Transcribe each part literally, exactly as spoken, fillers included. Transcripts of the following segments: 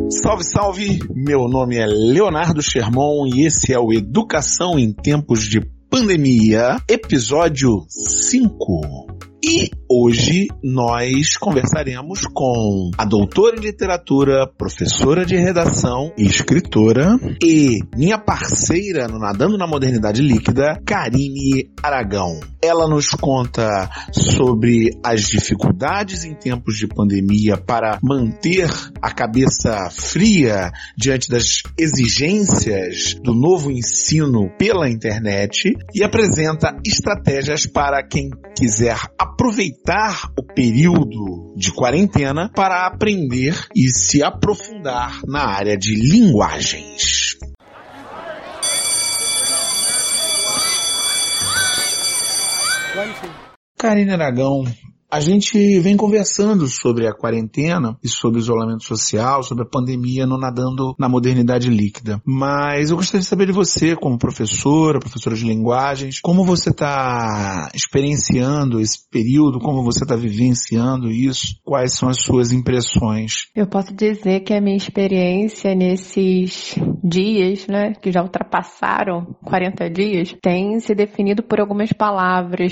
Salve, salve! Meu nome é Leonardo Sherman e esse é o Educação em Tempos de Pandemia, episódio cinco. E hoje nós conversaremos com a doutora em literatura, professora de redação e escritora e minha parceira no Nadando na Modernidade Líquida, Karine Aragão. Ela nos conta sobre as dificuldades em tempos de pandemia para manter a cabeça fria diante das exigências do novo ensino pela internet e apresenta estratégias para quem quiser aproveitar o período de quarentena para aprender e se aprofundar na área de linguagens. Karine Aragão, a gente vem conversando sobre a quarentena e sobre o isolamento social, sobre a pandemia no Nadando na Modernidade Líquida. Mas eu gostaria de saber de você, como professora, professora de linguagens, como você está experienciando esse período, como você está vivenciando isso, quais são as suas impressões? Eu posso dizer que a minha experiência nesses dias, né, que já ultrapassaram quarenta dias, tem se definido por algumas palavras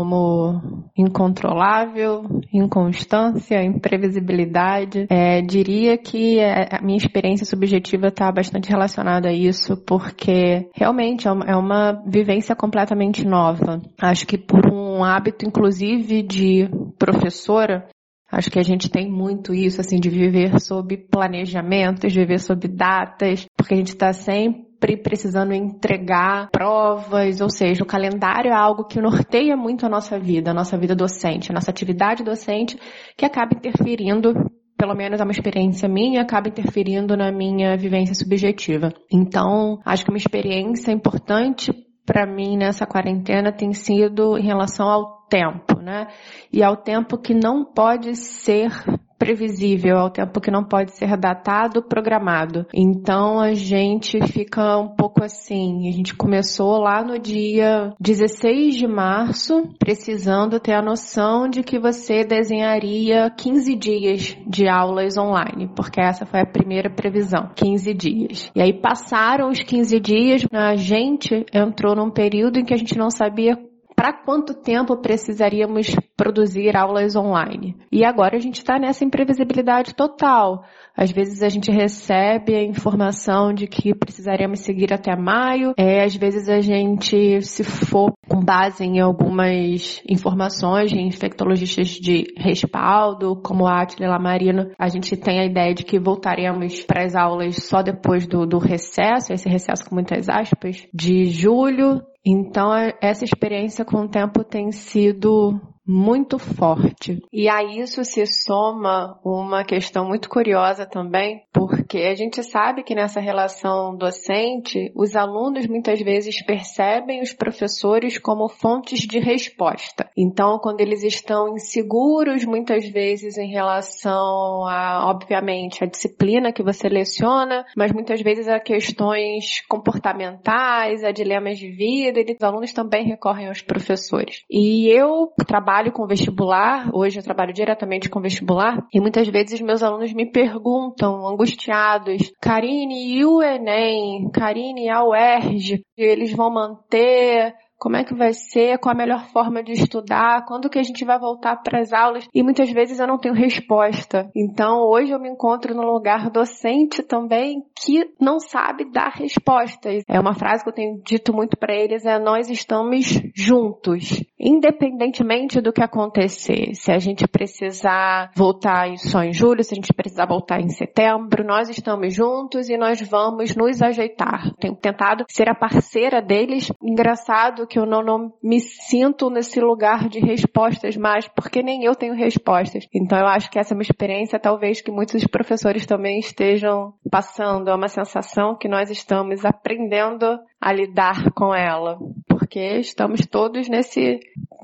como incontrolável, inconstância, imprevisibilidade. É, diria que a minha experiência subjetiva está bastante relacionada a isso, porque realmente é uma, é uma vivência completamente nova. Acho que por um hábito, inclusive, de professora, acho que a gente tem muito isso, assim, de viver sob planejamentos, de viver sob datas, porque a gente está sempre precisando entregar provas, ou seja, o calendário é algo que norteia muito a nossa vida, a nossa vida docente, a nossa atividade docente, que acaba interferindo, pelo menos é uma experiência minha, acaba interferindo na minha vivência subjetiva. Então, acho que uma experiência importante para mim nessa quarentena tem sido em relação ao tempo, né? E ao tempo que não pode ser previsível, ao tempo que não pode ser datado, programado. Então a gente fica um pouco assim, a gente começou lá no dia dezesseis de março, precisando ter a noção de que você desenharia quinze dias de aulas online, porque essa foi a primeira previsão, quinze dias. E aí passaram os quinze dias, a gente entrou num período em que a gente não sabia para quanto tempo precisaríamos produzir aulas online. E agora a gente está nessa imprevisibilidade total. Às vezes a gente recebe a informação de que precisaríamos seguir até maio. É, às vezes a gente, se for com base em algumas informações de infectologistas de respaldo, como a Átila Lamarino, a gente tem a ideia de que voltaremos para as aulas só depois do, do recesso, esse recesso com muitas aspas, de julho. Então, essa experiência com o tempo tem sido muito forte. E a isso se soma uma questão muito curiosa também, porque a gente sabe que nessa relação docente, os alunos muitas vezes percebem os professores como fontes de resposta. Então, quando eles estão inseguros, muitas vezes em relação a, obviamente, a disciplina que você leciona, mas muitas vezes a questões comportamentais, a dilemas de vida, os alunos também recorrem aos professores. E eu trabalho Trabalho com vestibular, hoje eu trabalho diretamente com vestibular, e muitas vezes meus alunos me perguntam, angustiados, Karine, e o Enem? Karine, e a U E R J? Eles vão manter? Como é que vai ser? Qual a melhor forma de estudar? Quando que a gente vai voltar para as aulas? E muitas vezes eu não tenho resposta. Então, hoje eu me encontro num lugar docente também que não sabe dar respostas. É uma frase que eu tenho dito muito para eles, é nós estamos juntos. Independentemente do que acontecer. Se a gente precisar voltar só em julho, se a gente precisar voltar em setembro, nós estamos juntos e nós vamos nos ajeitar. Tenho tentado ser a parceira deles. Engraçado que eu não, não me sinto nesse lugar de respostas mais, porque nem eu tenho respostas. Então eu acho que essa é uma experiência talvez que muitos professores também estejam passando. É uma sensação que nós estamos aprendendo a lidar com ela, porque estamos todos nesse,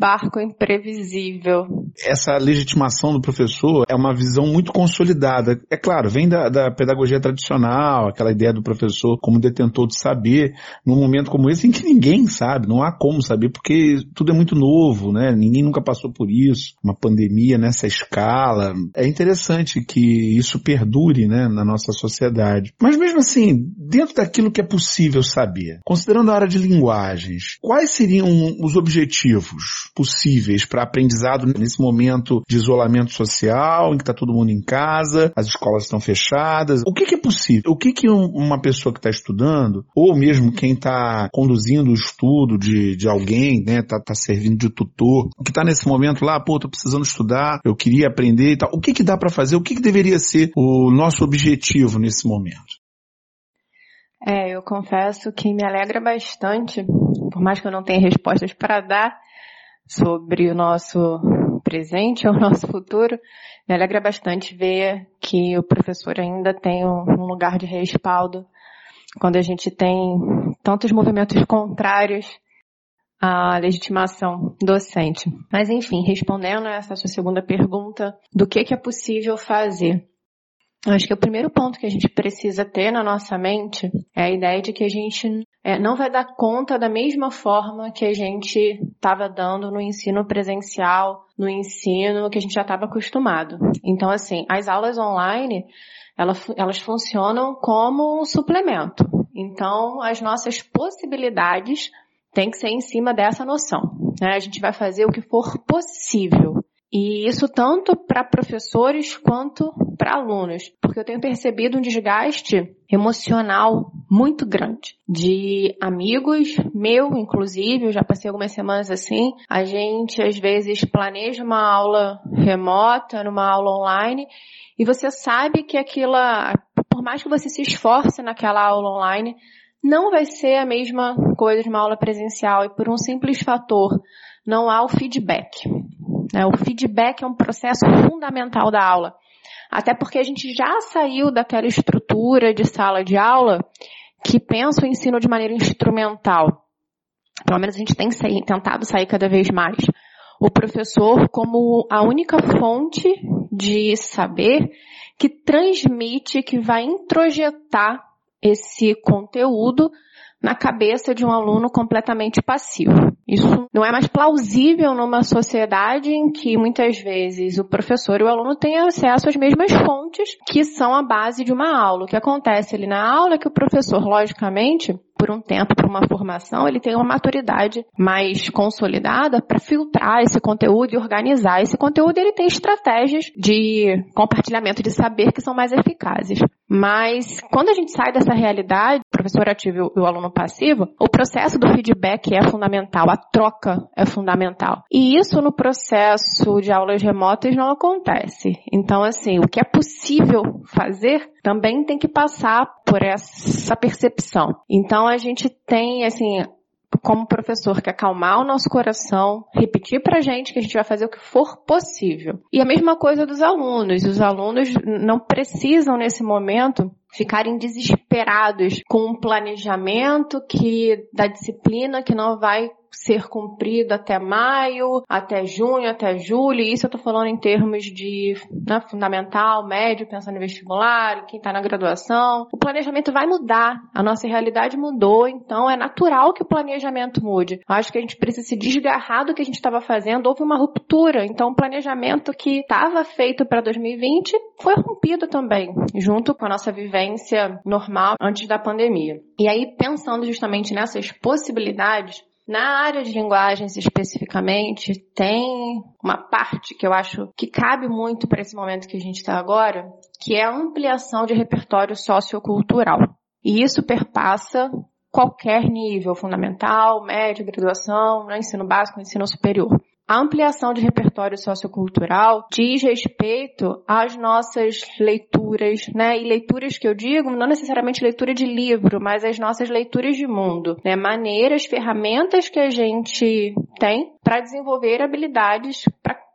barco imprevisível. Essa legitimação do professor é uma visão muito consolidada. É claro, vem da, da pedagogia tradicional, aquela ideia do professor como detentor de saber, num momento como esse em que ninguém sabe, não há como saber, porque tudo é muito novo, né? Ninguém nunca passou por isso, uma pandemia nessa escala. É interessante que isso perdure, né, na nossa sociedade. Mas mesmo assim, dentro daquilo que é possível saber, considerando a área de linguagens, quais seriam os objetivos possíveis para aprendizado nesse momento de isolamento social, em que está todo mundo em casa, as escolas estão fechadas? O que, que é possível? O que, que uma pessoa que está estudando, ou mesmo quem está conduzindo o estudo de, de alguém, né, tá, tá servindo de tutor, que está nesse momento lá, pô, tô precisando estudar, eu queria aprender e tal. O que, que dá para fazer? O que, que deveria ser o nosso objetivo nesse momento? É, eu confesso que me alegra bastante, por mais que eu não tenha respostas para dar sobre o nosso presente ou o nosso futuro, me alegra bastante ver que o professor ainda tem um lugar de respaldo quando a gente tem tantos movimentos contrários à legitimação docente. Mas enfim, respondendo a essa sua segunda pergunta, do que, que é possível fazer? Acho que o primeiro ponto que a gente precisa ter na nossa mente é a ideia de que a gente é, não vai dar conta da mesma forma que a gente estava dando no ensino presencial, no ensino que a gente já estava acostumado. Então, assim, as aulas online, elas, elas funcionam como um suplemento. Então, as nossas possibilidades têm que ser em cima dessa noção, né? A gente vai fazer o que for possível. E isso tanto para professores quanto para alunos, porque eu tenho percebido um desgaste emocional muito grande de amigos, meu inclusive, eu já passei algumas semanas assim, a gente às vezes planeja uma aula remota, numa aula online, e você sabe que aquilo, por mais que você se esforce naquela aula online, não vai ser a mesma coisa de uma aula presencial, e por um simples fator, não há o feedback. O feedback é um processo fundamental da aula, até porque a gente já saiu daquela estrutura de sala de aula que pensa o ensino de maneira instrumental. Pelo menos a gente tem sair, tentado sair cada vez mais. O professor como a única fonte de saber que transmite, que vai introjetar esse conteúdo na cabeça de um aluno completamente passivo. Isso não é mais plausível numa sociedade em que muitas vezes o professor e o aluno têm acesso às mesmas fontes que são a base de uma aula. O que acontece ali na aula é que o professor, logicamente, por um tempo, por uma formação, ele tem uma maturidade mais consolidada para filtrar esse conteúdo e organizar esse conteúdo. Ele tem estratégias de compartilhamento de saber que são mais eficazes. Mas quando a gente sai dessa realidade, o professor ativo e o aluno passivo, o processo do feedback é fundamental, a troca é fundamental. E isso no processo de aulas remotas não acontece. Então, assim, o que é possível fazer também tem que passar por essa percepção. Então, a gente tem, assim, como professor, que acalmar o nosso coração, repetir pra gente que a gente vai fazer o que for possível. E a mesma coisa dos alunos. Os alunos não precisam, nesse momento, ficarem desesperados com um planejamento que, da disciplina que não vai ser cumprido até maio, até junho, até julho. E isso eu tô falando em termos de, né, fundamental, médio, pensando em vestibular, quem tá na graduação. O planejamento vai mudar. A nossa realidade mudou, então é natural que o planejamento mude. Eu acho que a gente precisa se desgarrar do que a gente estava fazendo. Houve uma ruptura. Então o planejamento que estava feito para dois mil e vinte foi rompido também, junto com a nossa vivência normal antes da pandemia. E aí, pensando justamente nessas possibilidades, na área de linguagens especificamente, tem uma parte que eu acho que cabe muito para esse momento que a gente está agora, que é a ampliação de repertório sociocultural. E isso perpassa qualquer nível, fundamental, médio, graduação, né, ensino básico, ensino superior. A ampliação de repertório sociocultural diz respeito às nossas leituras, né? E leituras que eu digo, não necessariamente leitura de livro, mas as nossas leituras de mundo, né? Maneiras, ferramentas que a gente tem para desenvolver habilidades para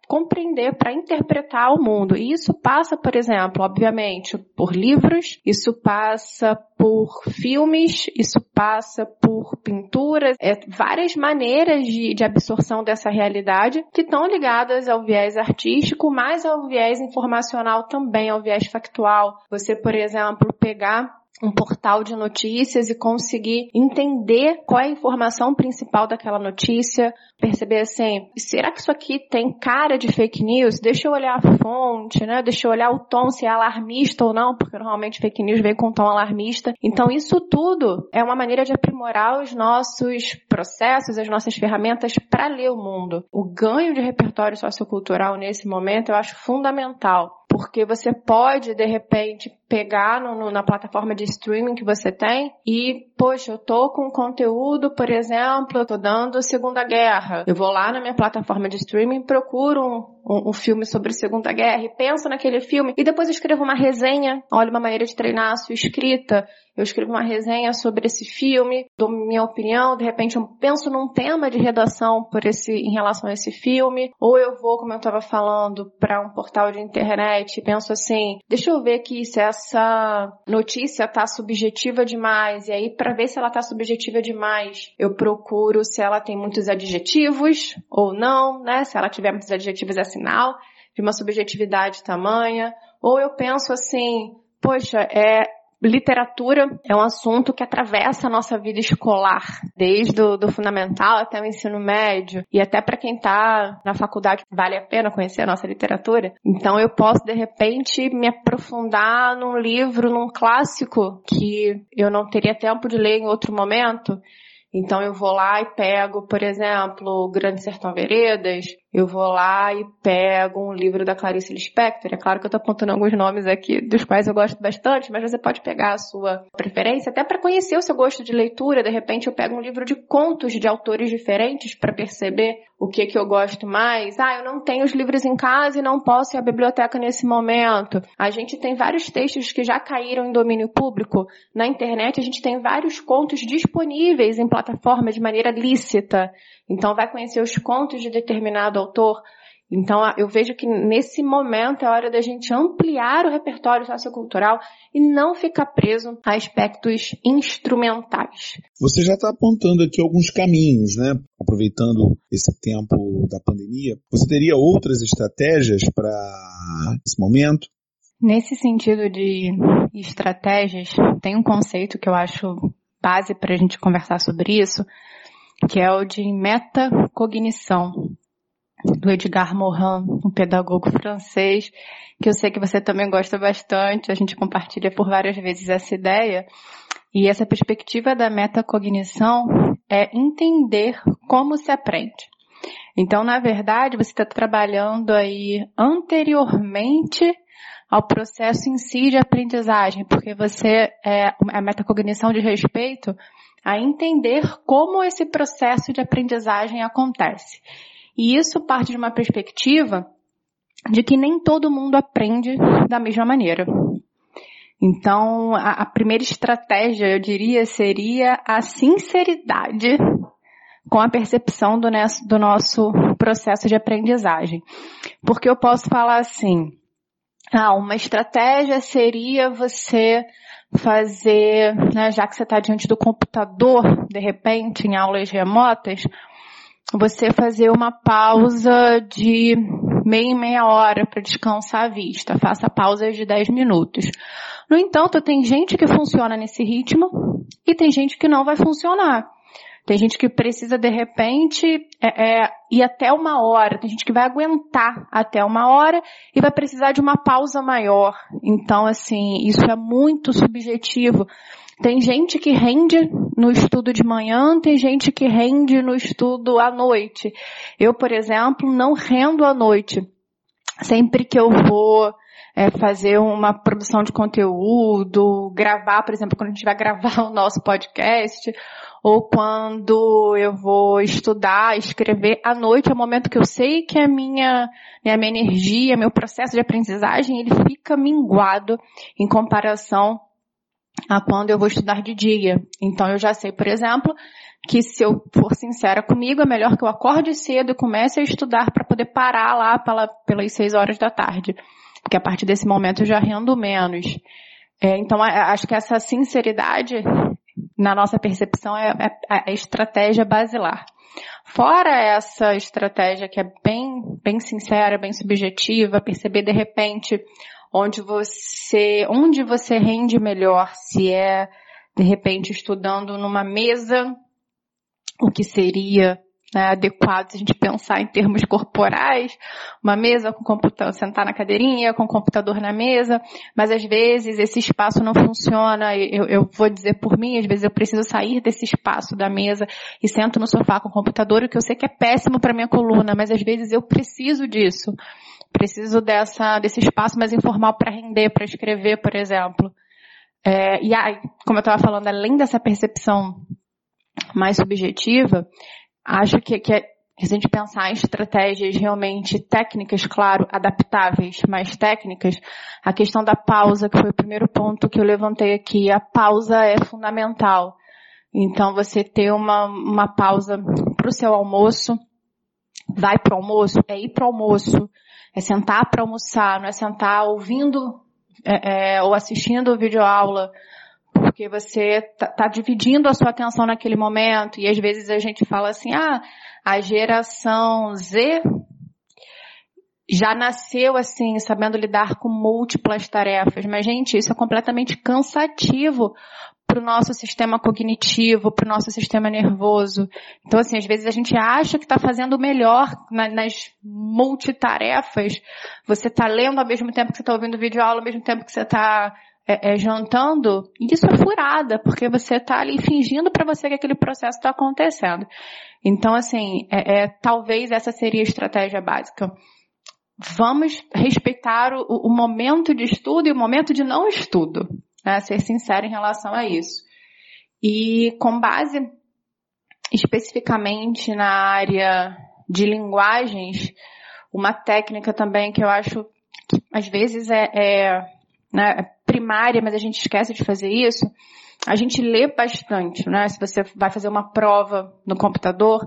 compreender, para interpretar o mundo. E isso passa, por exemplo, obviamente, por livros, isso passa por filmes, isso passa por pinturas, é, várias maneiras de, de absorção dessa realidade que estão ligadas ao viés artístico, mas ao viés informacional também, ao viés factual. Você, por exemplo, pegar um portal de notícias e conseguir entender qual é a informação principal daquela notícia, perceber assim, será que isso aqui tem cara de fake news? Deixa eu olhar a fonte, né? Deixa eu olhar o tom, se é alarmista ou não, porque normalmente fake news vem com um tom alarmista. Então isso tudo é uma maneira de aprimorar os nossos processos, as nossas ferramentas para ler o mundo. O ganho de repertório sociocultural nesse momento eu acho fundamental. Porque você pode, de repente, pegar no, no, na plataforma de streaming que você tem e, poxa, eu tô com conteúdo, por exemplo, eu tô dando Segunda Guerra. Eu vou lá na minha plataforma de streaming, procuro um, um, um filme sobre Segunda Guerra e penso naquele filme e depois eu escrevo uma resenha. Olha, uma maneira de treinar a sua escrita. Eu escrevo uma resenha sobre esse filme, dou minha opinião, de repente eu penso num tema de redação por esse, em relação a esse filme, ou eu vou, como eu estava falando, para um portal de internet e penso assim, deixa eu ver aqui se essa notícia tá subjetiva demais, e aí para ver se ela tá subjetiva demais, eu procuro se ela tem muitos adjetivos ou não, né? Se ela tiver muitos adjetivos é sinal de uma subjetividade tamanha, ou eu penso assim, poxa, é literatura é um assunto que atravessa a nossa vida escolar, desde o do fundamental até o ensino médio, e até para quem está na faculdade vale a pena conhecer a nossa literatura. Então eu posso, de repente, me aprofundar num livro, num clássico que eu não teria tempo de ler em outro momento. Então eu vou lá e pego, por exemplo, Grande Sertão Veredas, eu vou lá e pego um livro da Clarice Lispector. É claro que eu estou apontando alguns nomes aqui dos quais eu gosto bastante, mas você pode pegar a sua preferência, até para conhecer o seu gosto de leitura. De repente eu pego um livro de contos de autores diferentes para perceber o que que eu gosto mais. Ah, eu não tenho os livros em casa e não posso ir à biblioteca nesse momento. A gente tem vários textos que já caíram em domínio público. Na internet a gente tem vários contos disponíveis em plataforma de maneira lícita. Então vai conhecer os contos de determinado autor. Então eu vejo que nesse momento é hora da gente ampliar o repertório sociocultural e não ficar preso a aspectos instrumentais. Você já está apontando aqui alguns caminhos, né? Aproveitando esse tempo da pandemia, você teria outras estratégias para esse momento? Nesse sentido de estratégias, tem um conceito que eu acho base para a gente conversar sobre isso, que é o de metacognição, do Edgar Morin, um pedagogo francês, que eu sei que você também gosta bastante, a gente compartilha por várias vezes essa ideia. E essa perspectiva da metacognição é entender como se aprende. Então, na verdade, você está trabalhando aí anteriormente ao processo em si de aprendizagem, porque você, é, a metacognição diz respeito a entender como esse processo de aprendizagem acontece. E isso parte de uma perspectiva de que nem todo mundo aprende da mesma maneira. Então, a, a primeira estratégia, eu diria, seria a sinceridade com a percepção do, do nosso processo de aprendizagem. Porque eu posso falar assim, ah, uma estratégia seria você fazer, né, já que você está diante do computador, de repente, em aulas remotas, você fazer uma pausa de meia e meia hora para descansar a vista. Faça pausas de dez minutos. No entanto, tem gente que funciona nesse ritmo e tem gente que não vai funcionar. Tem gente que precisa, de repente, é, é, ir até uma hora. Tem gente que vai aguentar até uma hora e vai precisar de uma pausa maior. Então, assim, isso é muito subjetivo. Tem gente que rende no estudo de manhã, tem gente que rende no estudo à noite. Eu, por exemplo, não rendo à noite. Sempre que eu vou é, fazer uma produção de conteúdo, gravar, por exemplo, quando a gente vai gravar o nosso podcast, ou quando eu vou estudar, escrever à noite, é o momento que eu sei que a minha, a minha energia, meu processo de aprendizagem, ele fica minguado em comparação a quando eu vou estudar de dia. Então eu já sei, por exemplo, que, se eu for sincera comigo, é melhor que eu acorde cedo e comece a estudar para poder parar lá pela, pelas seis horas da tarde. Porque a partir desse momento eu já rendo menos. É, então, acho que essa sinceridade, na nossa percepção, é, é a estratégia basilar. Fora essa estratégia que é bem, bem sincera, bem subjetiva, perceber de repente onde você, onde você rende melhor, se é de repente estudando numa mesa, o que seria, né, adequado se a gente pensar em termos corporais, uma mesa com computador, sentar na cadeirinha, com o computador na mesa, mas às vezes esse espaço não funciona, eu, eu vou dizer por mim, às vezes eu preciso sair desse espaço da mesa e sento no sofá com o computador, o que eu sei que é péssimo para minha coluna, mas às vezes eu preciso disso, preciso dessa, desse espaço mais informal para render, para escrever, por exemplo. É, e aí, como eu estava falando, além dessa percepção mais subjetiva, acho que, que é, se a gente pensar em estratégias realmente técnicas, claro, adaptáveis, mais técnicas, a questão da pausa, que foi o primeiro ponto que eu levantei aqui, a pausa é fundamental. Então, você ter uma, uma pausa para o seu almoço, vai para o almoço, é ir para o almoço, é sentar para almoçar, não é sentar ouvindo é, é, ou assistindo videoaula, porque você tá, tá dividindo a sua atenção naquele momento, e às vezes a gente fala assim, ah, a geração Z já nasceu assim, sabendo lidar com múltiplas tarefas, mas gente, isso é completamente cansativo para o nosso sistema cognitivo, para o nosso sistema nervoso. Então assim, às vezes a gente acha que está fazendo o melhor na, nas multitarefas, você está lendo ao mesmo tempo que você está ouvindo videoaula, ao mesmo tempo que você está É, é, jantando, isso é furada, porque você está ali fingindo para você que aquele processo está acontecendo. Então, assim, é, é, talvez essa seria a estratégia básica. Vamos respeitar o, o momento de estudo e o momento de não estudo, né? Ser sincero em relação a isso. E com base especificamente na área de linguagens, uma técnica também que eu acho que às vezes é, é né, primária, mas a gente esquece de fazer isso, a gente lê bastante, né? Se você vai fazer uma prova no computador,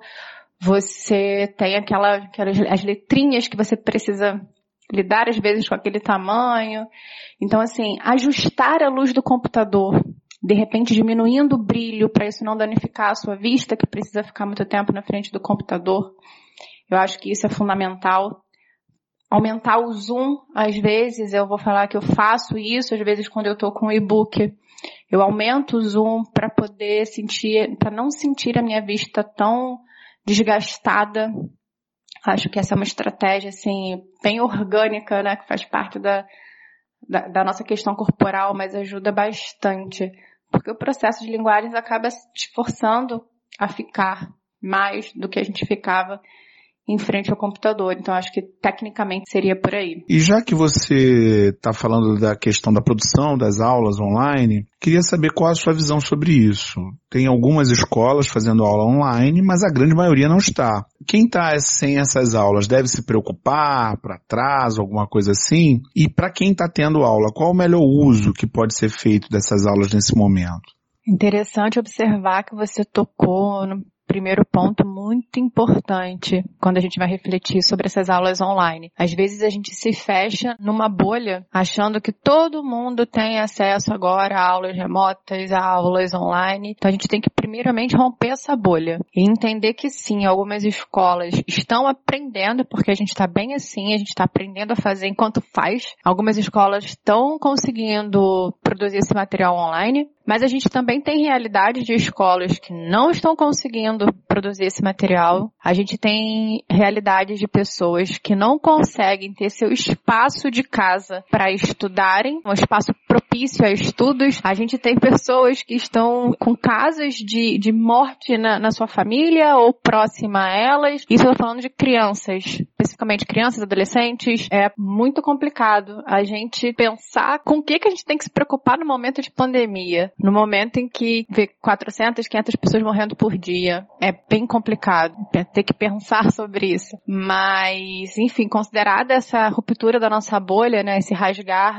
você tem aquela, aquelas as letrinhas que você precisa lidar às vezes com aquele tamanho. Então, assim, ajustar a luz do computador, de repente diminuindo o brilho para isso não danificar a sua vista, que precisa ficar muito tempo na frente do computador. Eu acho que isso é fundamental. Aumentar o zoom, às vezes, eu vou falar que eu faço isso, às vezes quando eu estou com o e-book, eu aumento o zoom para poder sentir, para não sentir a minha vista tão desgastada. Acho que essa é uma estratégia, assim, bem orgânica, né, que faz parte da, da, da nossa questão corporal, mas ajuda bastante, porque o processo de linguagens acaba te forçando a ficar mais do que a gente ficava em frente ao computador. Então, acho que tecnicamente seria por aí. E já que você está falando da questão da produção das aulas online, queria saber qual a sua visão sobre isso. Tem algumas escolas fazendo aula online, mas a grande maioria não está. Quem está sem essas aulas deve se preocupar para trás, alguma coisa assim? E para quem está tendo aula, qual o melhor uso que pode ser feito dessas aulas nesse momento? Interessante observar que você tocou no primeiro ponto muito importante quando a gente vai refletir sobre essas aulas online. Às vezes a gente se fecha numa bolha, achando que todo mundo tem acesso agora a aulas remotas, a aulas online. Então a gente tem que primeiramente romper essa bolha e entender que sim, algumas escolas estão aprendendo, porque a gente está bem assim, a gente está aprendendo a fazer enquanto faz. Algumas escolas estão conseguindo produzir esse material online, mas a gente também tem realidade de escolas que não estão conseguindo produzir esse material. A gente tem realidade de pessoas que não conseguem ter seu espaço de casa para estudarem, um espaço propício a estudos. A gente tem pessoas que estão com casos de, de morte na, na sua família ou próxima a elas. Isso eu tô falando de crianças, especificamente crianças, adolescentes. É muito complicado a gente pensar com o que, que a gente tem que se preocupar no momento de pandemia. No momento em que vê quatrocentas, quinhentas pessoas morrendo por dia. É bem complicado ter que pensar sobre isso. Mas, enfim, considerada essa ruptura da nossa bolha, né, esse rasgar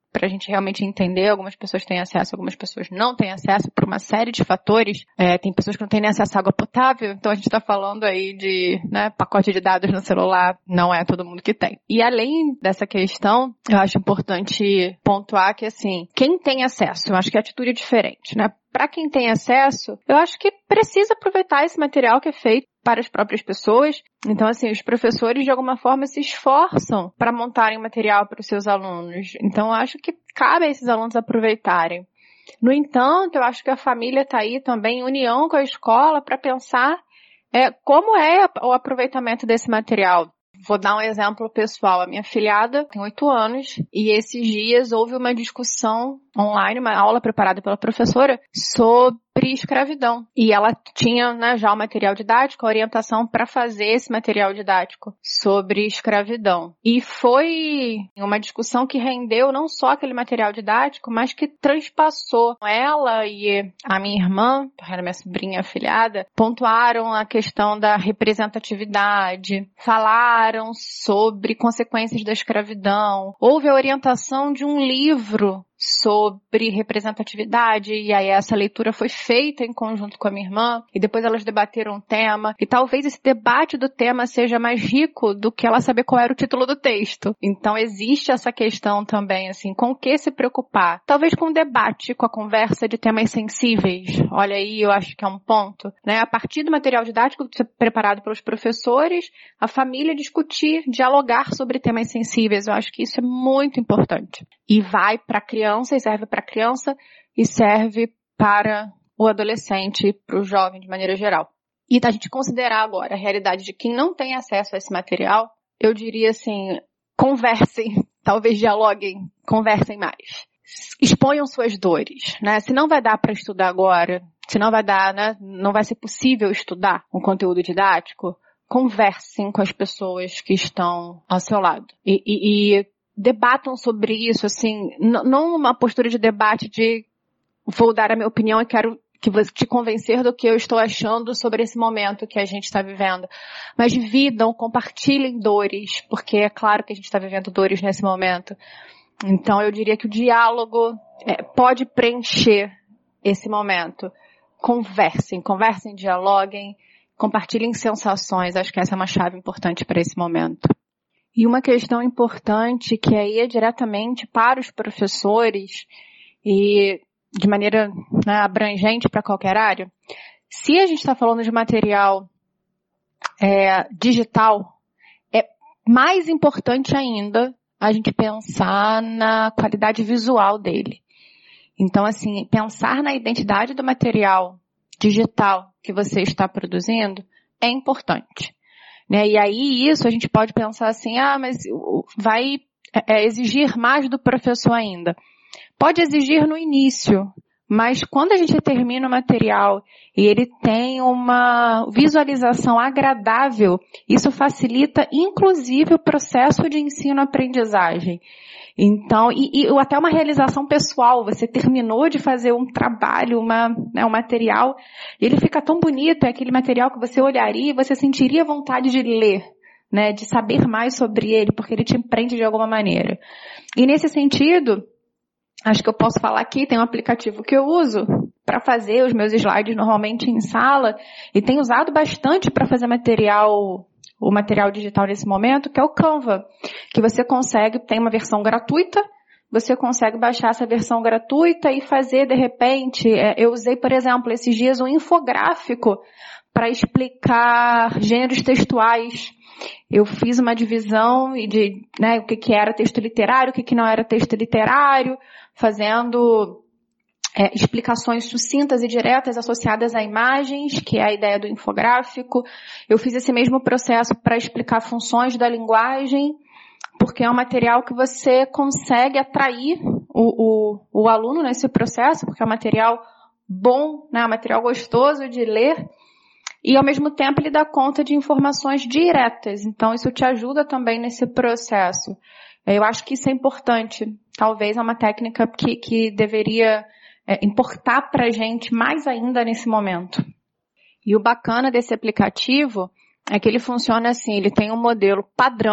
para a gente realmente entender. Algumas pessoas têm acesso, algumas pessoas não têm acesso por uma série de fatores. É, tem pessoas que não têm nem acesso à água potável, então a gente está falando aí de, né, pacote de dados no celular, não é todo mundo que tem. E além dessa questão, eu acho importante pontuar que, assim, quem tem acesso, eu acho que a atitude é diferente, né? Para quem tem acesso, eu acho que precisa aproveitar esse material que é feito para as próprias pessoas. Então, assim, os professores, de alguma forma, se esforçam para montarem material para os seus alunos. Então, eu acho que cabe a esses alunos aproveitarem. No entanto, eu acho que a família está aí também em união com a escola para pensar é, como é o aproveitamento desse material. Vou dar um exemplo pessoal. A minha filhada tem oito anos e esses dias houve uma discussão online, uma aula preparada pela professora sobre escravidão. E ela tinha, né, já o material didático, a orientação para fazer esse material didático sobre escravidão. E foi uma discussão que rendeu não só aquele material didático, mas que transpassou. Ela e a minha irmã, que era minha sobrinha afilhada, pontuaram a questão da representatividade, falaram sobre consequências da escravidão. Houve a orientação de um livro sobre representatividade, e aí essa leitura foi feita em conjunto com a minha irmã, e depois elas debateram o tema, e talvez esse debate do tema seja mais rico do que ela saber qual era o título do texto. Então existe essa questão também, assim, com o que se preocupar? Talvez com o debate, com a conversa de temas sensíveis. Olha aí, eu acho que é um ponto, né? A partir do material didático preparado pelos professores, a família discutir, dialogar sobre temas sensíveis. Eu acho que isso é muito importante. E vai para a criança, e serve para a criança, e serve para o adolescente, para o jovem de maneira geral. E a gente considerar agora a realidade de quem não tem acesso a esse material, eu diria assim, conversem, talvez dialoguem, conversem mais. Exponham suas dores, né? Se não vai dar para estudar agora, se não vai dar, né, não vai ser possível estudar um conteúdo didático, conversem com as pessoas que estão ao seu lado. E, e, e debatam sobre isso, assim, n- não uma postura de debate de vou dar a minha opinião e quero que você te convencer do que eu estou achando sobre esse momento que a gente está vivendo. Mas dividam, compartilhem dores, porque é claro que a gente está vivendo dores nesse momento. Então eu diria que o diálogo é, pode preencher esse momento. Conversem, conversem, dialoguem, compartilhem sensações. Acho que essa é uma chave importante para esse momento. E uma questão importante que aí é diretamente para os professores e de maneira, né, abrangente para qualquer área, se a gente está falando de material é, digital, é mais importante ainda a gente pensar na qualidade visual dele. Então, assim, pensar na identidade do material digital que você está produzindo é importante. Né? E aí isso a gente pode pensar assim, ah, mas vai é, exigir mais do professor ainda. Pode exigir no início, mas quando a gente termina o material e ele tem uma visualização agradável, isso facilita inclusive o processo de ensino-aprendizagem. Então, e, e até uma realização pessoal, você terminou de fazer um trabalho, uma, né, um material, e ele fica tão bonito, é aquele material que você olharia e você sentiria vontade de ler, né, de saber mais sobre ele, porque ele te prende de alguma maneira. E nesse sentido, acho que eu posso falar aqui, tem um aplicativo que eu uso para fazer os meus slides normalmente em sala, e tenho usado bastante para fazer material, o material digital nesse momento, que é o Canva, que você consegue, tem uma versão gratuita, você consegue baixar essa versão gratuita e fazer, de repente, eu usei, por exemplo, esses dias um infográfico para explicar gêneros textuais. Eu fiz uma divisão de, né, o que, que era texto literário, o que, que não era texto literário, fazendo é, explicações sucintas e diretas associadas a imagens, que é a ideia do infográfico. Eu fiz esse mesmo processo para explicar funções da linguagem, porque é um material que você consegue atrair o, o, o aluno nesse processo, porque é um material bom, né, um material gostoso de ler, e ao mesmo tempo ele dá conta de informações diretas. Então isso te ajuda também nesse processo. Eu acho que isso é importante. Talvez é uma técnica que, que deveria é, importar para a gente mais ainda nesse momento. E o bacana desse aplicativo é que ele funciona assim, ele tem um modelo padrão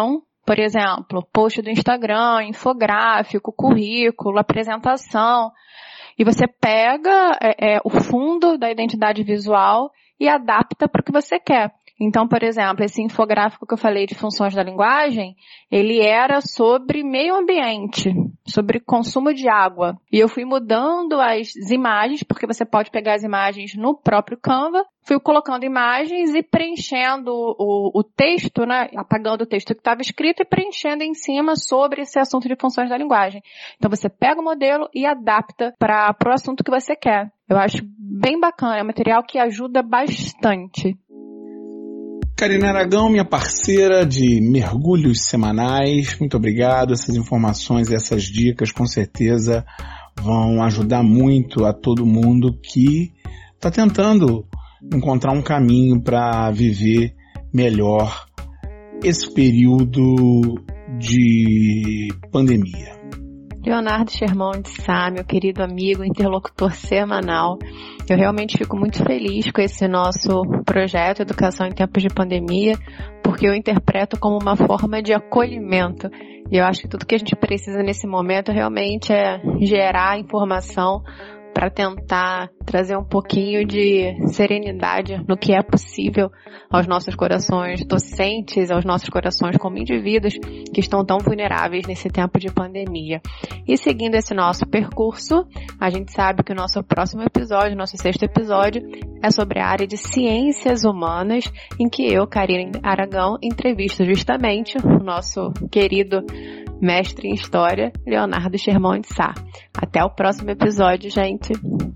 Por exemplo, post do Instagram, infográfico, currículo, apresentação. E você pega é, é, o fundo da identidade visual e adapta para o que você quer. Então, por exemplo, esse infográfico que eu falei de funções da linguagem, ele era sobre meio ambiente, sobre consumo de água. E eu fui mudando as imagens, porque você pode pegar as imagens no próprio Canva, fui colocando imagens e preenchendo o, o texto, né, apagando o texto que estava escrito e preenchendo em cima sobre esse assunto de funções da linguagem. Então, você pega o modelo e adapta para o assunto que você quer. Eu acho bem bacana, é um material que ajuda bastante. Karina Aragão, minha parceira de mergulhos semanais, muito obrigado. Essas informações e essas dicas com certeza vão ajudar muito a todo mundo que está tentando encontrar um caminho para viver melhor esse período de pandemia. Leonardo Schermon de Sá, meu querido amigo, interlocutor semanal. Eu realmente fico muito feliz com esse nosso projeto Educação em Tempos de Pandemia, porque eu interpreto como uma forma de acolhimento. E eu acho que tudo que a gente precisa nesse momento realmente é gerar informação para tentar trazer um pouquinho de serenidade no que é possível aos nossos corações docentes, aos nossos corações como indivíduos que estão tão vulneráveis nesse tempo de pandemia. E seguindo esse nosso percurso, a gente sabe que o nosso próximo episódio, nosso sexto episódio, é sobre a área de ciências humanas, em que eu, Karina Aragão, entrevisto justamente o nosso querido mestre em História, Leonardo Schermon de Sá. Até o próximo episódio, gente!